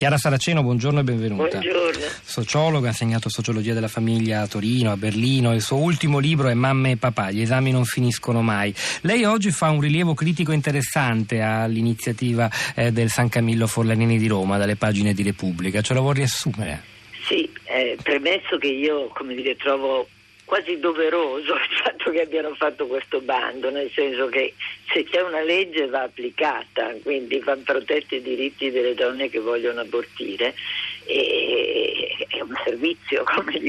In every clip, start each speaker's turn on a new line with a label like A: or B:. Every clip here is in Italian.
A: Chiara Saraceno, buongiorno e benvenuta.
B: Buongiorno.
A: Sociologa, ha insegnato sociologia della famiglia a Torino, a Berlino. Il suo ultimo libro è Mamme e papà, gli esami non finiscono mai. Lei oggi fa un rilievo critico interessante all'iniziativa del San Camillo Forlanini di Roma, dalle pagine di Repubblica. Ce la vuol riassumere?
B: Sì, premesso che io, trovo quasi doveroso il fatto che abbiano fatto questo bando, nel senso che se c'è una legge va applicata, quindi vanno protetti i diritti delle donne che vogliono abortire, e è un servizio,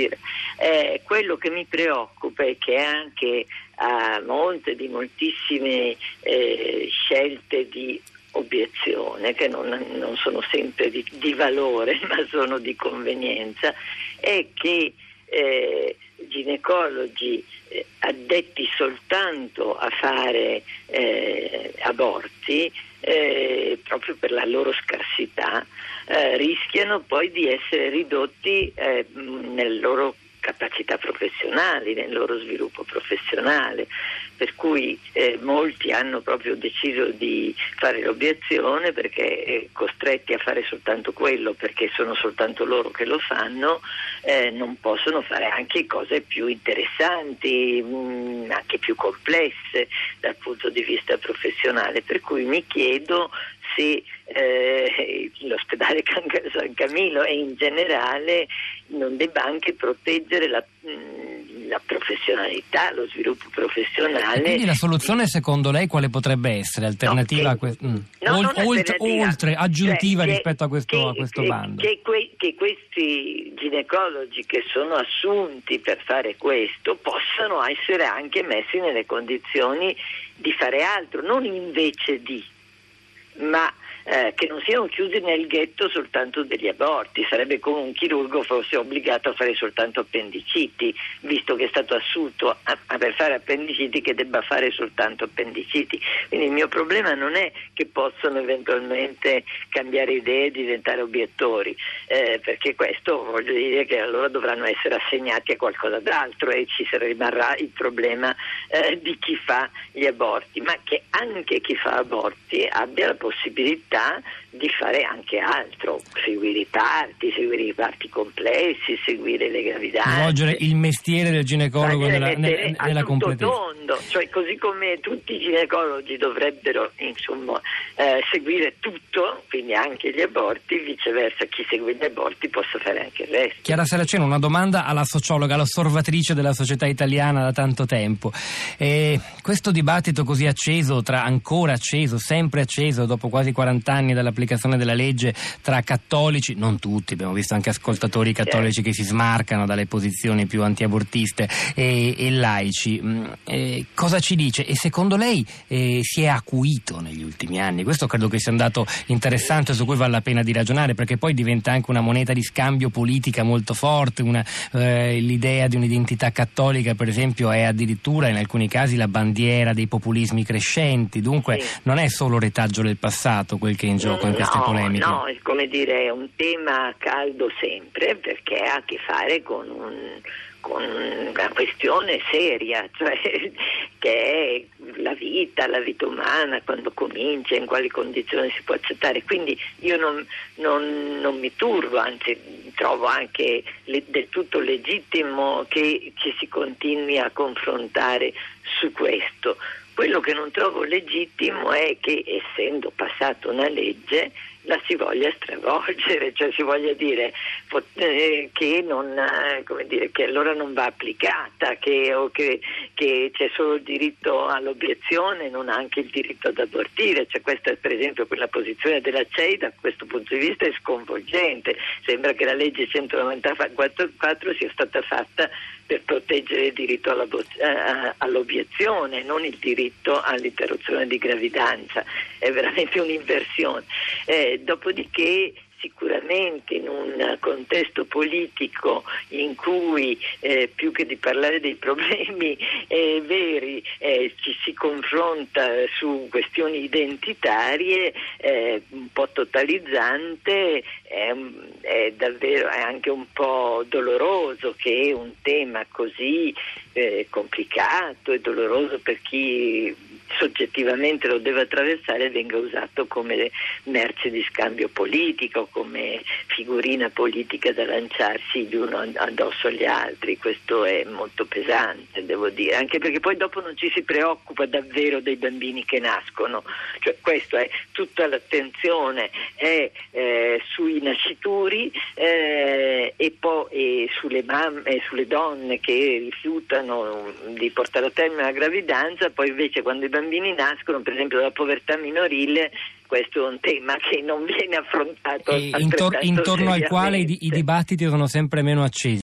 B: quello che mi preoccupa è che anche a monte di moltissime scelte di obiezione, che non sono sempre di valore ma sono di convenienza, è che ginecologi addetti soltanto a fare aborti, proprio per la loro scarsità, rischiano poi di essere ridotti nelle loro capacità professionali, nel loro sviluppo professionale, per cui molti hanno proprio deciso di fare l'obiezione perché costretti a fare soltanto quello, perché sono soltanto loro che lo fanno, non possono fare anche cose più interessanti, anche più complesse dal punto di vista professionale, per cui mi chiedo se l'ospedale San Camillo e in generale non debba anche proteggere la professionalità, lo sviluppo professionale.
A: E quindi la soluzione secondo lei quale potrebbe essere? Alternativa a questo? Oltre, aggiuntiva rispetto a questo bando? Che
B: questi ginecologi che sono assunti per fare questo possano essere anche messi nelle condizioni di fare altro, non invece di, ma che non siano chiusi nel ghetto soltanto degli aborti. Sarebbe come un chirurgo fosse obbligato a fare soltanto appendiciti, visto che è stato assunto per fare appendiciti, che debba fare soltanto appendiciti. Quindi il mio problema non è che possono eventualmente cambiare idee e diventare obiettori, perché questo voglio dire che allora dovranno essere assegnati a qualcosa d'altro e ci rimarrà il problema di chi fa gli aborti, ma che anche chi fa aborti abbia la possibilità di fare anche altro, seguire i parti complessi, seguire le gravidanze,
A: svolgere il mestiere del ginecologo nella completezza.
B: Tondo, cioè così come tutti i ginecologi dovrebbero seguire tutto, quindi anche gli aborti, viceversa chi segue gli aborti possa fare anche il resto.
A: Chiara Saraceno, una domanda alla sociologa, all'osservatrice della società italiana da tanto tempo. Questo dibattito così acceso, sempre acceso dopo quasi 40 anni dall'applicazione della legge, tra cattolici, non tutti, abbiamo visto anche ascoltatori cattolici che si smarcano dalle posizioni più antiabortiste, e laici, cosa ci dice? E secondo lei si è acuito negli ultimi anni? Questo credo che sia un dato interessante su cui vale la pena di ragionare, perché poi diventa anche una moneta di scambio politica molto forte. L'idea di un'identità cattolica, per esempio, è addirittura in alcuni casi la bandiera dei populismi crescenti, dunque non è solo retaggio del passato quel che è in gioco in queste polemiche.
B: No, è un tema caldo sempre, perché ha a che fare con una questione seria, cioè che è la vita umana, quando comincia, in quali condizioni si può accettare. Quindi io non mi turbo, anzi trovo anche del tutto legittimo che si continui a confrontare su questo. Quello che non trovo legittimo è che, essendo passata una legge, la si voglia stravolgere, cioè si voglia dire che che allora non va applicata, che c'è solo il diritto all'obiezione, non anche il diritto ad abortire. Cioè questa, per esempio, quella posizione della CEI da questo punto di vista è sconvolgente. Sembra che la legge 194 sia stata fatta per proteggere il diritto all'obiezione, non il diritto all'interruzione di gravidanza. È veramente un'inversione. Dopodiché sicuramente in un contesto politico in cui più che di parlare dei problemi veri ci si confronta su questioni identitarie, un po' totalizzante, è davvero anche un po' doloroso che un tema così complicato e doloroso per chi soggettivamente lo deve attraversare, venga usato come merce di scambio politico, come figurina politica da lanciarsi di uno addosso agli altri. Questo è molto pesante, devo dire, anche perché poi dopo non ci si preoccupa davvero dei bambini che nascono, cioè questo è, tutta l'attenzione è sui nascituri e poi sulle mamme, sulle donne che rifiutano di portare a termine la gravidanza. Poi invece quando i bambini nascono, per esempio dalla povertà minorile, questo è un tema che non viene affrontato
A: intorno al quale i dibattiti sono sempre meno accesi.